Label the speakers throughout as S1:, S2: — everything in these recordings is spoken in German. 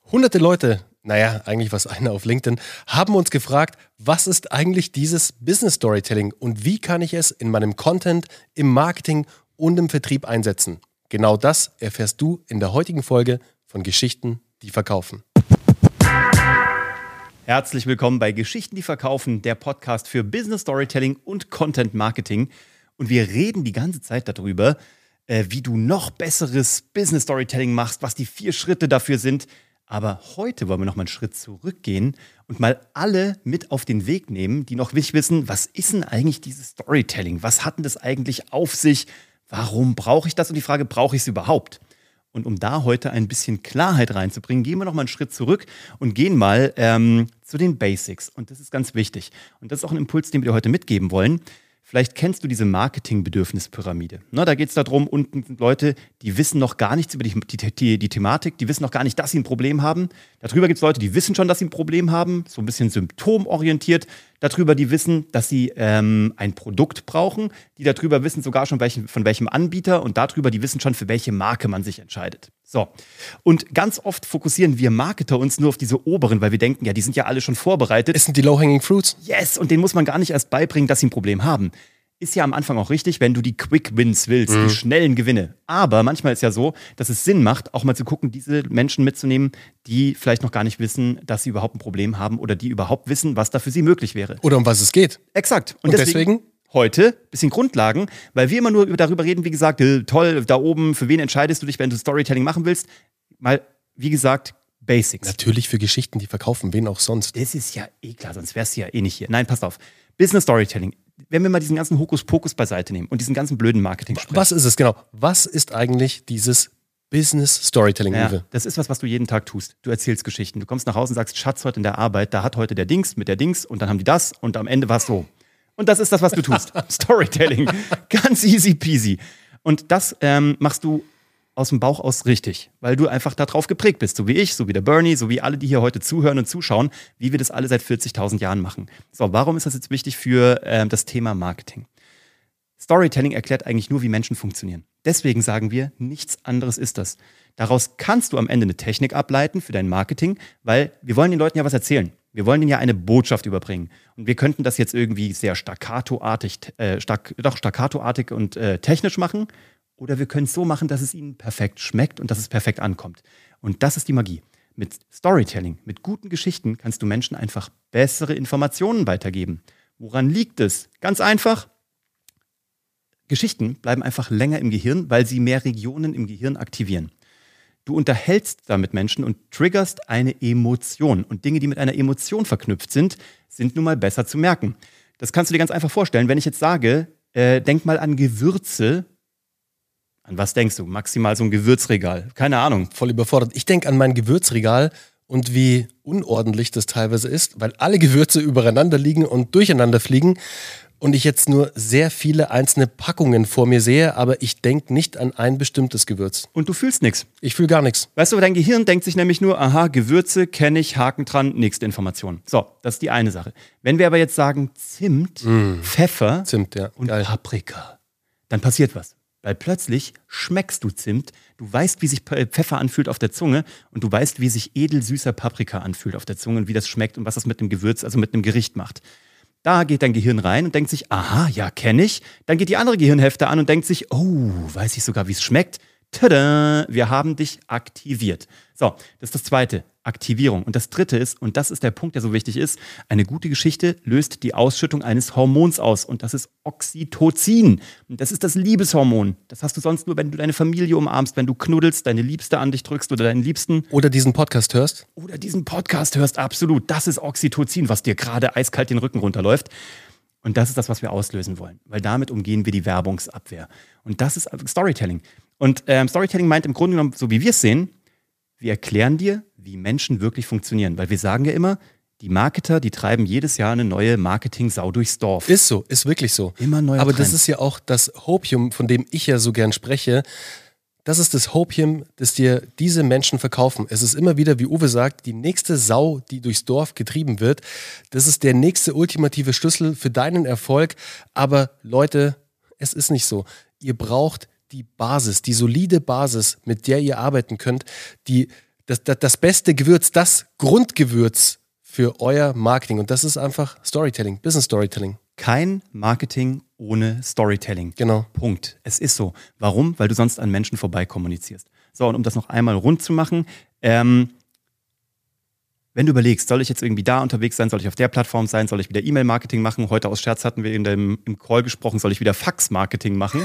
S1: Hunderte Leute, naja, eigentlich was einer auf LinkedIn, haben uns gefragt, was ist eigentlich dieses Business Storytelling und wie kann ich es in meinem Content, im Marketing und im Vertrieb einsetzen? Genau das erfährst du in der heutigen Folge von Geschichten, die verkaufen.
S2: Herzlich willkommen bei Geschichten, die verkaufen, der Podcast für Business Storytelling und Content Marketing. Und wir reden die ganze Zeit darüber, wie du noch besseres Business Storytelling machst, was die 4 Schritte dafür sind. Aber heute wollen wir noch mal einen Schritt zurückgehen und mal alle mit auf den Weg nehmen, die noch nicht wissen, was ist denn eigentlich dieses Storytelling? Was hat denn das eigentlich auf sich? Warum brauche ich das? Und die Frage, brauche ich es überhaupt? Und um da heute ein bisschen Klarheit reinzubringen, gehen wir noch mal einen Schritt zurück und gehen mal zu den Basics. Und das ist ganz wichtig. Und das ist auch ein Impuls, den wir dir heute mitgeben wollen. Vielleicht kennst du diese Marketing-Bedürfnispyramide. Da geht es darum, unten sind Leute, die wissen noch gar nichts über die Thematik, die wissen noch gar nicht, dass sie ein Problem haben. Darüber gibt es Leute, die wissen schon, dass sie ein Problem haben, so ein bisschen symptomorientiert. Darüber, die wissen, dass sie ein Produkt brauchen. Die darüber wissen sogar schon von welchem Anbieter. Und darüber, die wissen schon, für welche Marke man sich entscheidet. So, und ganz oft fokussieren wir Marketer uns nur auf diese oberen, weil wir denken, ja, die sind ja alle schon vorbereitet.
S1: Es sind die Low-Hanging Fruits.
S2: Yes, und denen muss man gar nicht erst beibringen, dass sie ein Problem haben. Ist ja am Anfang auch richtig, wenn du die Quick Wins willst, die schnellen Gewinne. Aber manchmal ist ja so, dass es Sinn macht, auch mal zu gucken, diese Menschen mitzunehmen, die vielleicht noch gar nicht wissen, dass sie überhaupt ein Problem haben oder die überhaupt wissen, was da für sie möglich wäre.
S1: Oder um was es geht.
S2: Exakt.
S1: Und deswegen
S2: heute ein bisschen Grundlagen, weil wir immer nur darüber reden, wie gesagt, toll, da oben, für wen entscheidest du dich, wenn du Storytelling machen willst? Mal, wie gesagt, Basics.
S1: Natürlich für Geschichten, die verkaufen, wen auch sonst.
S2: Das ist ja eh klar, sonst wärst du ja eh nicht hier. Nein, passt auf. Business Storytelling. Wenn wir mal diesen ganzen Hokuspokus beiseite nehmen und diesen ganzen blöden Marketing sprechen.
S1: Was ist es genau? Was ist eigentlich dieses Business Storytelling, Uwe?
S2: Ja, das ist was du jeden Tag tust. Du erzählst Geschichten. Du kommst nach Hause und sagst, Schatz, heute in der Arbeit, da hat heute der Dings mit der Dings und dann haben die das und am Ende war es so. Und das ist das, was du tust. Storytelling. Ganz easy peasy. Und das machst du aus dem Bauch aus richtig, weil du einfach darauf geprägt bist, so wie ich, so wie der Bernie, so wie alle, die hier heute zuhören und zuschauen, wie wir das alle seit 40.000 Jahren machen. So, warum ist das jetzt wichtig für das Thema Marketing? Storytelling erklärt eigentlich nur, wie Menschen funktionieren. Deswegen sagen wir, nichts anderes ist das. Daraus kannst du am Ende eine Technik ableiten für dein Marketing, weil wir wollen den Leuten ja was erzählen. Wir wollen ihnen ja eine Botschaft überbringen. Und wir könnten das jetzt irgendwie sehr staccatoartig und technisch machen. Oder wir können es so machen, dass es ihnen perfekt schmeckt und dass es perfekt ankommt. Und das ist die Magie. Mit Storytelling, mit guten Geschichten kannst du Menschen einfach bessere Informationen weitergeben. Woran liegt es? Ganz einfach. Geschichten bleiben einfach länger im Gehirn, weil sie mehr Regionen im Gehirn aktivieren. Du unterhältst damit Menschen und triggerst eine Emotion. Und Dinge, die mit einer Emotion verknüpft sind, sind nun mal besser zu merken. Das kannst du dir ganz einfach vorstellen. Wenn ich jetzt sage, denk mal an Gewürze. An was denkst du? Maximal so ein Gewürzregal. Keine Ahnung.
S1: Voll überfordert. Ich denke an mein Gewürzregal und wie unordentlich das teilweise ist, weil alle Gewürze übereinander liegen und durcheinander fliegen und ich jetzt nur sehr viele einzelne Packungen vor mir sehe, aber ich denke nicht an ein bestimmtes Gewürz.
S2: Und du fühlst nichts.
S1: Ich fühle gar nichts.
S2: Weißt du, dein Gehirn denkt sich nämlich nur, aha, Gewürze kenne ich, Haken dran, nächste Information. So, das ist die eine Sache. Wenn wir aber jetzt sagen Zimt, Pfeffer und
S1: geil.
S2: Paprika, dann passiert was. Weil plötzlich schmeckst du Zimt, du weißt, wie sich Pfeffer anfühlt auf der Zunge und du weißt, wie sich edelsüßer Paprika anfühlt auf der Zunge und wie das schmeckt und was das mit dem Gewürz, also mit einem Gericht macht. Da geht dein Gehirn rein und denkt sich, aha, ja, kenne ich. Dann geht die andere Gehirnhälfte an und denkt sich, oh, weiß ich sogar, wie es schmeckt. Tada, wir haben dich aktiviert. So, das ist das Zweite, Aktivierung. Und das Dritte ist, und das ist der Punkt, der so wichtig ist, eine gute Geschichte löst die Ausschüttung eines Hormons aus. Und das ist Oxytocin. Und das ist das Liebeshormon. Das hast du sonst nur, wenn du deine Familie umarmst, wenn du knuddelst, deine Liebste an dich drückst oder deinen Liebsten.
S1: Oder diesen Podcast hörst.
S2: Absolut. Das ist Oxytocin, was dir gerade eiskalt den Rücken runterläuft. Und das ist das, was wir auslösen wollen. Weil damit umgehen wir die Werbungsabwehr. Und das ist Storytelling. Und Storytelling meint im Grunde genommen, so wie wir es sehen, wir erklären dir, wie Menschen wirklich funktionieren. Weil wir sagen ja immer, die Marketer, die treiben jedes Jahr eine neue Marketing-Sau durchs Dorf.
S1: Ist so, ist wirklich so.
S2: Immer neuer
S1: Aber
S2: Trend.
S1: das ist ja auch das Hopium, von dem ich ja so gern spreche. Das ist das Hopium, das dir diese Menschen verkaufen. Es ist immer wieder, wie Uwe sagt, die nächste Sau, die durchs Dorf getrieben wird. Das ist der nächste ultimative Schlüssel für deinen Erfolg. Aber Leute, es ist nicht so. Ihr braucht die Basis, die solide Basis, mit der ihr arbeiten könnt, die das beste Gewürz, das Grundgewürz für euer Marketing. Und das ist einfach Storytelling, Business Storytelling.
S2: Kein Marketing ohne Storytelling.
S1: Genau.
S2: Punkt. Es ist so. Warum? Weil du sonst an Menschen vorbei kommunizierst. So, und um das noch einmal rund zu machen, wenn du überlegst, soll ich jetzt irgendwie da unterwegs sein, soll ich auf der Plattform sein, soll ich wieder E-Mail-Marketing machen? Heute aus Scherz hatten wir im Call gesprochen, soll ich wieder Fax-Marketing machen?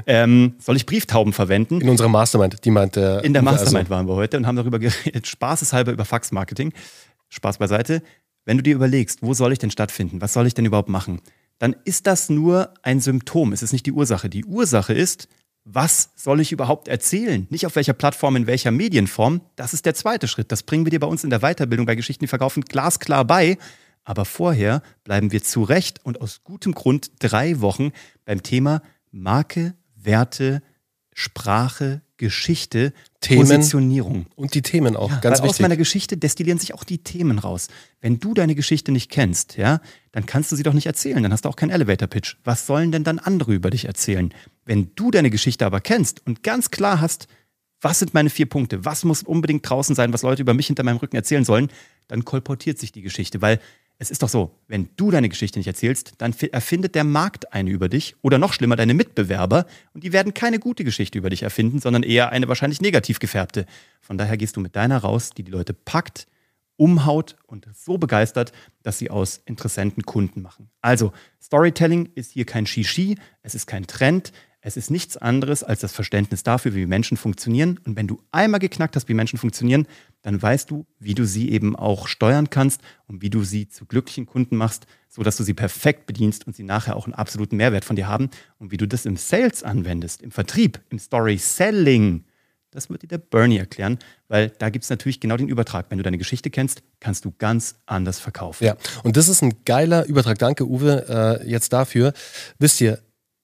S2: Soll ich Brieftauben verwenden?
S1: In unserer Mastermind, die meinte...
S2: In der Mastermind waren wir heute und haben darüber geredet, spaßeshalber über Fax-Marketing. Spaß beiseite. Wenn du dir überlegst, wo soll ich denn stattfinden? Was soll ich denn überhaupt machen? Dann ist das nur ein Symptom. Es ist nicht die Ursache. Die Ursache ist, was soll ich überhaupt erzählen? Nicht auf welcher Plattform, in welcher Medienform. Das ist der zweite Schritt. Das bringen wir dir bei uns in der Weiterbildung bei Geschichten, die verkaufen, glasklar bei. Aber vorher bleiben wir zu Recht und aus gutem Grund 3 Wochen beim Thema Marke, Werte, Sprache, Geschichte,
S1: Themen,
S2: Positionierung.
S1: Und die Themen auch,
S2: Ja,
S1: ganz
S2: weil
S1: wichtig.
S2: Aus meiner Geschichte destillieren sich auch die Themen raus. Wenn du deine Geschichte nicht kennst, ja, dann kannst du sie doch nicht erzählen. Dann hast du auch keinen Elevator-Pitch. Was sollen denn dann andere über dich erzählen? Wenn du deine Geschichte aber kennst und ganz klar hast, was sind meine 4 Punkte, was muss unbedingt draußen sein, was Leute über mich hinter meinem Rücken erzählen sollen, dann kolportiert sich die Geschichte. Weil es ist doch so, wenn du deine Geschichte nicht erzählst, dann erfindet der Markt eine über dich oder noch schlimmer, deine Mitbewerber, und die werden keine gute Geschichte über dich erfinden, sondern eher eine wahrscheinlich negativ gefärbte. Von daher gehst du mit deiner raus, die Leute packt, umhaut und so begeistert, dass sie aus Interessenten Kunden machen. Also Storytelling ist hier kein Shishi, es ist kein Trend, es ist nichts anderes als das Verständnis dafür, wie Menschen funktionieren. Und wenn du einmal geknackt hast, wie Menschen funktionieren, dann weißt du, wie du sie eben auch steuern kannst und wie du sie zu glücklichen Kunden machst, sodass du sie perfekt bedienst und sie nachher auch einen absoluten Mehrwert von dir haben. Und wie du das im Sales anwendest, im Vertrieb, im Story-Selling, das wird dir der Bernie erklären, weil da gibt es natürlich genau den Übertrag. Wenn du deine Geschichte kennst, kannst du ganz anders verkaufen.
S1: Ja, und das ist ein geiler Übertrag. Danke, Uwe, jetzt dafür. Wisst ihr,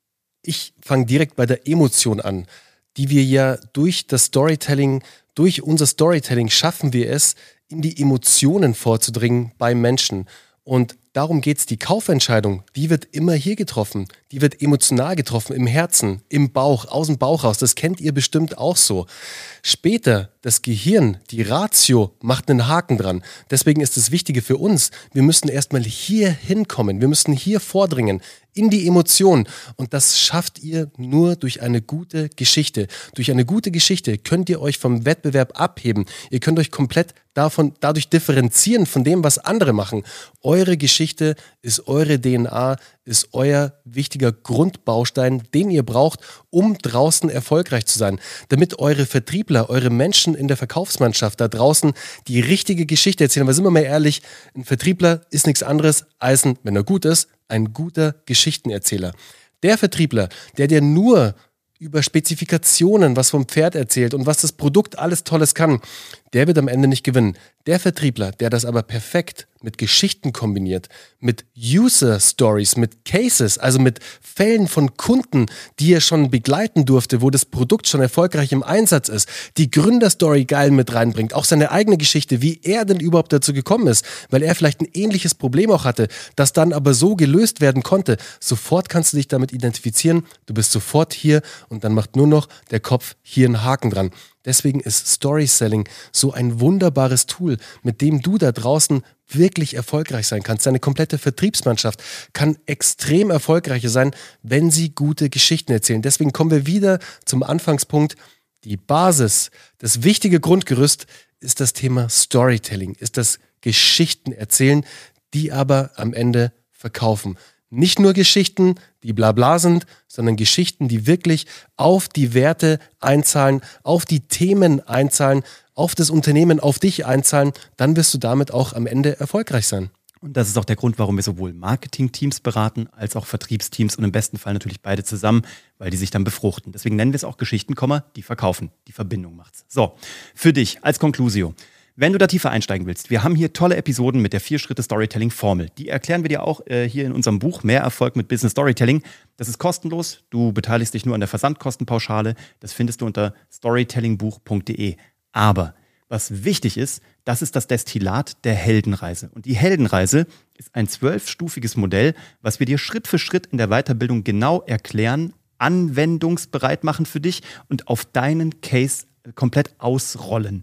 S1: ich fange direkt bei der Emotion an, die wir ja durch das Storytelling, durch unser Storytelling schaffen wir es, in die Emotionen vorzudringen beim Menschen. Und darum geht es. Die Kaufentscheidung, die wird immer hier getroffen. Die wird emotional getroffen, im Herzen, im Bauch, aus dem Bauch raus. Das kennt ihr bestimmt auch so. Später, das Gehirn, die Ratio, macht einen Haken dran. Deswegen ist das Wichtige für uns, wir müssen erstmal hier hinkommen. Wir müssen hier vordringen, in die Emotionen. Und das schafft ihr nur durch eine gute Geschichte. Durch eine gute Geschichte könnt ihr euch vom Wettbewerb abheben. Ihr könnt euch komplett dadurch differenzieren von dem, was andere machen. Eure Geschichte ist eure DNA, ist euer wichtiger Grundbaustein, den ihr braucht, um draußen erfolgreich zu sein. Damit eure Vertriebler, eure Menschen in der Verkaufsmannschaft da draußen die richtige Geschichte erzählen. Weil sind wir mal ehrlich, ein Vertriebler ist nichts anderes als wenn er gut ist, ein guter Geschichtenerzähler. Der Vertriebler, der dir nur über Spezifikationen was vom Pferd erzählt und was das Produkt alles Tolles kann, der wird am Ende nicht gewinnen. Der Vertriebler, der das aber perfekt mit Geschichten kombiniert, mit User Stories, mit Cases, also mit Fällen von Kunden, die er schon begleiten durfte, wo das Produkt schon erfolgreich im Einsatz ist, die Gründerstory geil mit reinbringt, auch seine eigene Geschichte, wie er denn überhaupt dazu gekommen ist, weil er vielleicht ein ähnliches Problem auch hatte, das dann aber so gelöst werden konnte. Sofort kannst du dich damit identifizieren, du bist sofort hier und dann macht nur noch der Kopf hier einen Haken dran. Deswegen ist Story-Selling so ein wunderbares Tool, mit dem du da draußen wirklich erfolgreich sein kannst. Deine komplette Vertriebsmannschaft kann extrem erfolgreicher sein, wenn sie gute Geschichten erzählen. Deswegen kommen wir wieder zum Anfangspunkt. Die Basis, das wichtige Grundgerüst ist das Thema Storytelling, ist das Geschichten erzählen, die aber am Ende verkaufen. Nicht nur Geschichten, die Blabla sind, sondern Geschichten, die wirklich auf die Werte einzahlen, auf die Themen einzahlen, auf das Unternehmen, auf dich einzahlen. Dann wirst du damit auch am Ende erfolgreich sein.
S2: Und das ist auch der Grund, warum wir sowohl Marketing-Teams beraten, als auch Vertriebsteams und im besten Fall natürlich beide zusammen, weil die sich dann befruchten. Deswegen nennen wir es auch Geschichten, die verkaufen. Die Verbindung macht's. So, für dich als Conclusio. Wenn du da tiefer einsteigen willst, wir haben hier tolle Episoden mit der 4-Schritte-Storytelling-Formel. Die erklären wir dir auch hier in unserem Buch Mehr Erfolg mit Business Storytelling. Das ist kostenlos. Du beteiligst dich nur an der Versandkostenpauschale. Das findest du unter storytellingbuch.de. Aber was wichtig ist, das ist das Destillat der Heldenreise. Und die Heldenreise ist ein 12-stufiges Modell, was wir dir Schritt für Schritt in der Weiterbildung genau erklären, anwendungsbereit machen für dich und auf deinen Case komplett ausrollen.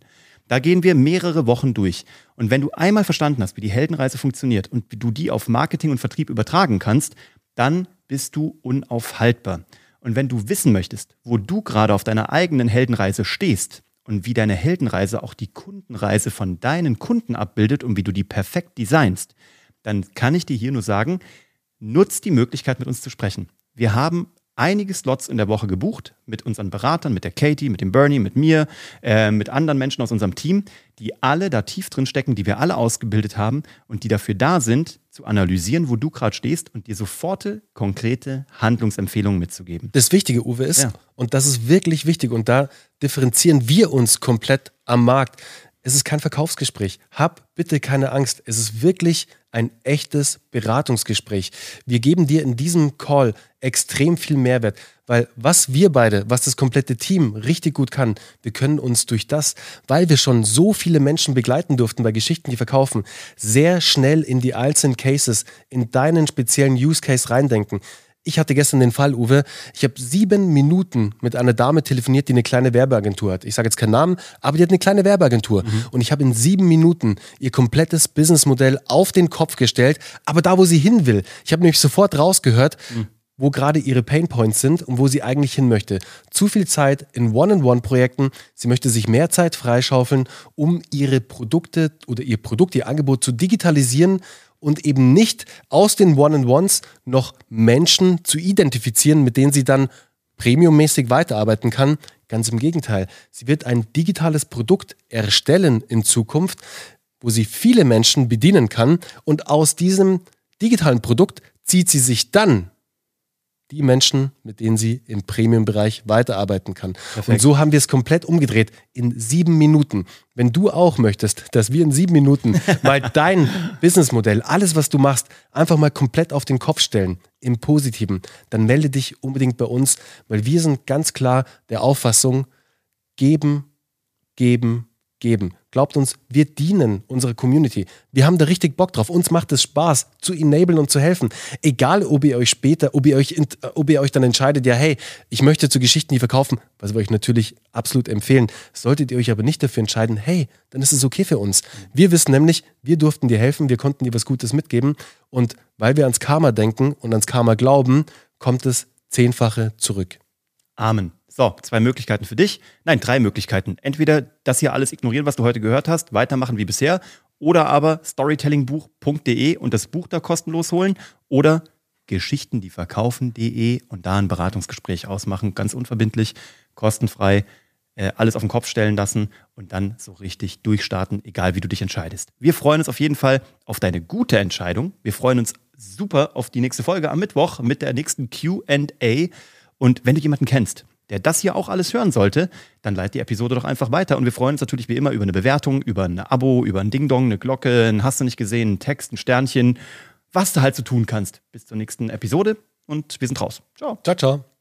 S2: Da gehen wir mehrere Wochen durch. Und wenn du einmal verstanden hast, wie die Heldenreise funktioniert und wie du die auf Marketing und Vertrieb übertragen kannst, dann bist du unaufhaltbar. Und wenn du wissen möchtest, wo du gerade auf deiner eigenen Heldenreise stehst und wie deine Heldenreise auch die Kundenreise von deinen Kunden abbildet und wie du die perfekt designst, dann kann ich dir hier nur sagen, nutz die Möglichkeit, mit uns zu sprechen. Wir haben einige Slots in der Woche gebucht mit unseren Beratern, mit der Katie, mit dem Bernie, mit mir, mit anderen Menschen aus unserem Team, die alle da tief drin stecken, die wir alle ausgebildet haben und die dafür da sind, zu analysieren, wo du gerade stehst und dir soforte, konkrete Handlungsempfehlungen mitzugeben.
S1: Das Wichtige, Uwe, ist, und das ist wirklich wichtig, und da differenzieren wir uns komplett am Markt. Es ist kein Verkaufsgespräch. Hab bitte keine Angst. Es ist wirklich ein echtes Beratungsgespräch. Wir geben dir in diesem Call extrem viel Mehrwert, weil was wir beide, was das komplette Team richtig gut kann, wir können uns durch das, weil wir schon so viele Menschen begleiten durften bei Geschichten, die verkaufen, sehr schnell in die einzelnen Cases, in deinen speziellen Use Case reindenken. Ich hatte gestern den Fall, Uwe, ich habe 7 Minuten mit einer Dame telefoniert, die eine kleine Werbeagentur hat. Ich sage jetzt keinen Namen, aber die hat eine kleine Werbeagentur. Und ich habe in 7 Minuten ihr komplettes Businessmodell auf den Kopf gestellt, aber da, wo sie hin will. Ich habe nämlich sofort rausgehört, wo gerade ihre Painpoints sind und wo sie eigentlich hin möchte. Zu viel Zeit in One-on-One-Projekten. Sie möchte sich mehr Zeit freischaufeln, um ihre Produkte oder ihr Produkt, ihr Angebot zu digitalisieren und eben nicht aus den One-on-Ones noch Menschen zu identifizieren, mit denen sie dann premiummäßig weiterarbeiten kann. Ganz im Gegenteil. Sie wird ein digitales Produkt erstellen in Zukunft, wo sie viele Menschen bedienen kann, und aus diesem digitalen Produkt zieht sie sich dann die Menschen, mit denen sie im Premium-Bereich weiterarbeiten kann. Perfekt. Und so haben wir es komplett umgedreht in 7 Minuten. Wenn du auch möchtest, dass wir in 7 Minuten mal dein Businessmodell, alles, was du machst, einfach mal komplett auf den Kopf stellen, im Positiven, dann melde dich unbedingt bei uns, weil wir sind ganz klar der Auffassung, geben, geben, geben. Glaubt uns, wir dienen unserer Community. Wir haben da richtig Bock drauf. Uns macht es Spaß, zu enablen und zu helfen. Egal, ob ihr euch später, ob ihr euch dann entscheidet, ja, hey, ich möchte zu Geschichten, die verkaufen, was wir euch natürlich absolut empfehlen. Solltet ihr euch aber nicht dafür entscheiden, hey, dann ist es okay für uns. Wir wissen nämlich, wir durften dir helfen, wir konnten dir was Gutes mitgeben, und weil wir ans Karma denken und ans Karma glauben, kommt es 10-fache zurück.
S2: Amen. So, 2 Möglichkeiten für dich. Nein, 3 Möglichkeiten. Entweder das hier alles ignorieren, was du heute gehört hast, weitermachen wie bisher, oder aber storytellingbuch.de und das Buch da kostenlos holen, oder geschichtendieverkaufen.de und da ein Beratungsgespräch ausmachen, ganz unverbindlich, kostenfrei, alles auf den Kopf stellen lassen und dann so richtig durchstarten, egal wie du dich entscheidest. Wir freuen uns auf jeden Fall auf deine gute Entscheidung. Wir freuen uns super auf die nächste Folge am Mittwoch mit der nächsten Q&A. Und wenn du jemanden kennst, der das hier auch alles hören sollte, dann leitet die Episode doch einfach weiter. Und wir freuen uns natürlich wie immer über eine Bewertung, über ein Abo, über ein Ding-Dong, eine Glocke, ein Hast du nicht gesehen, ein Text, ein Sternchen, was du halt so tun kannst. Bis zur nächsten Episode und wir sind raus. Ciao.
S1: Ciao, ciao.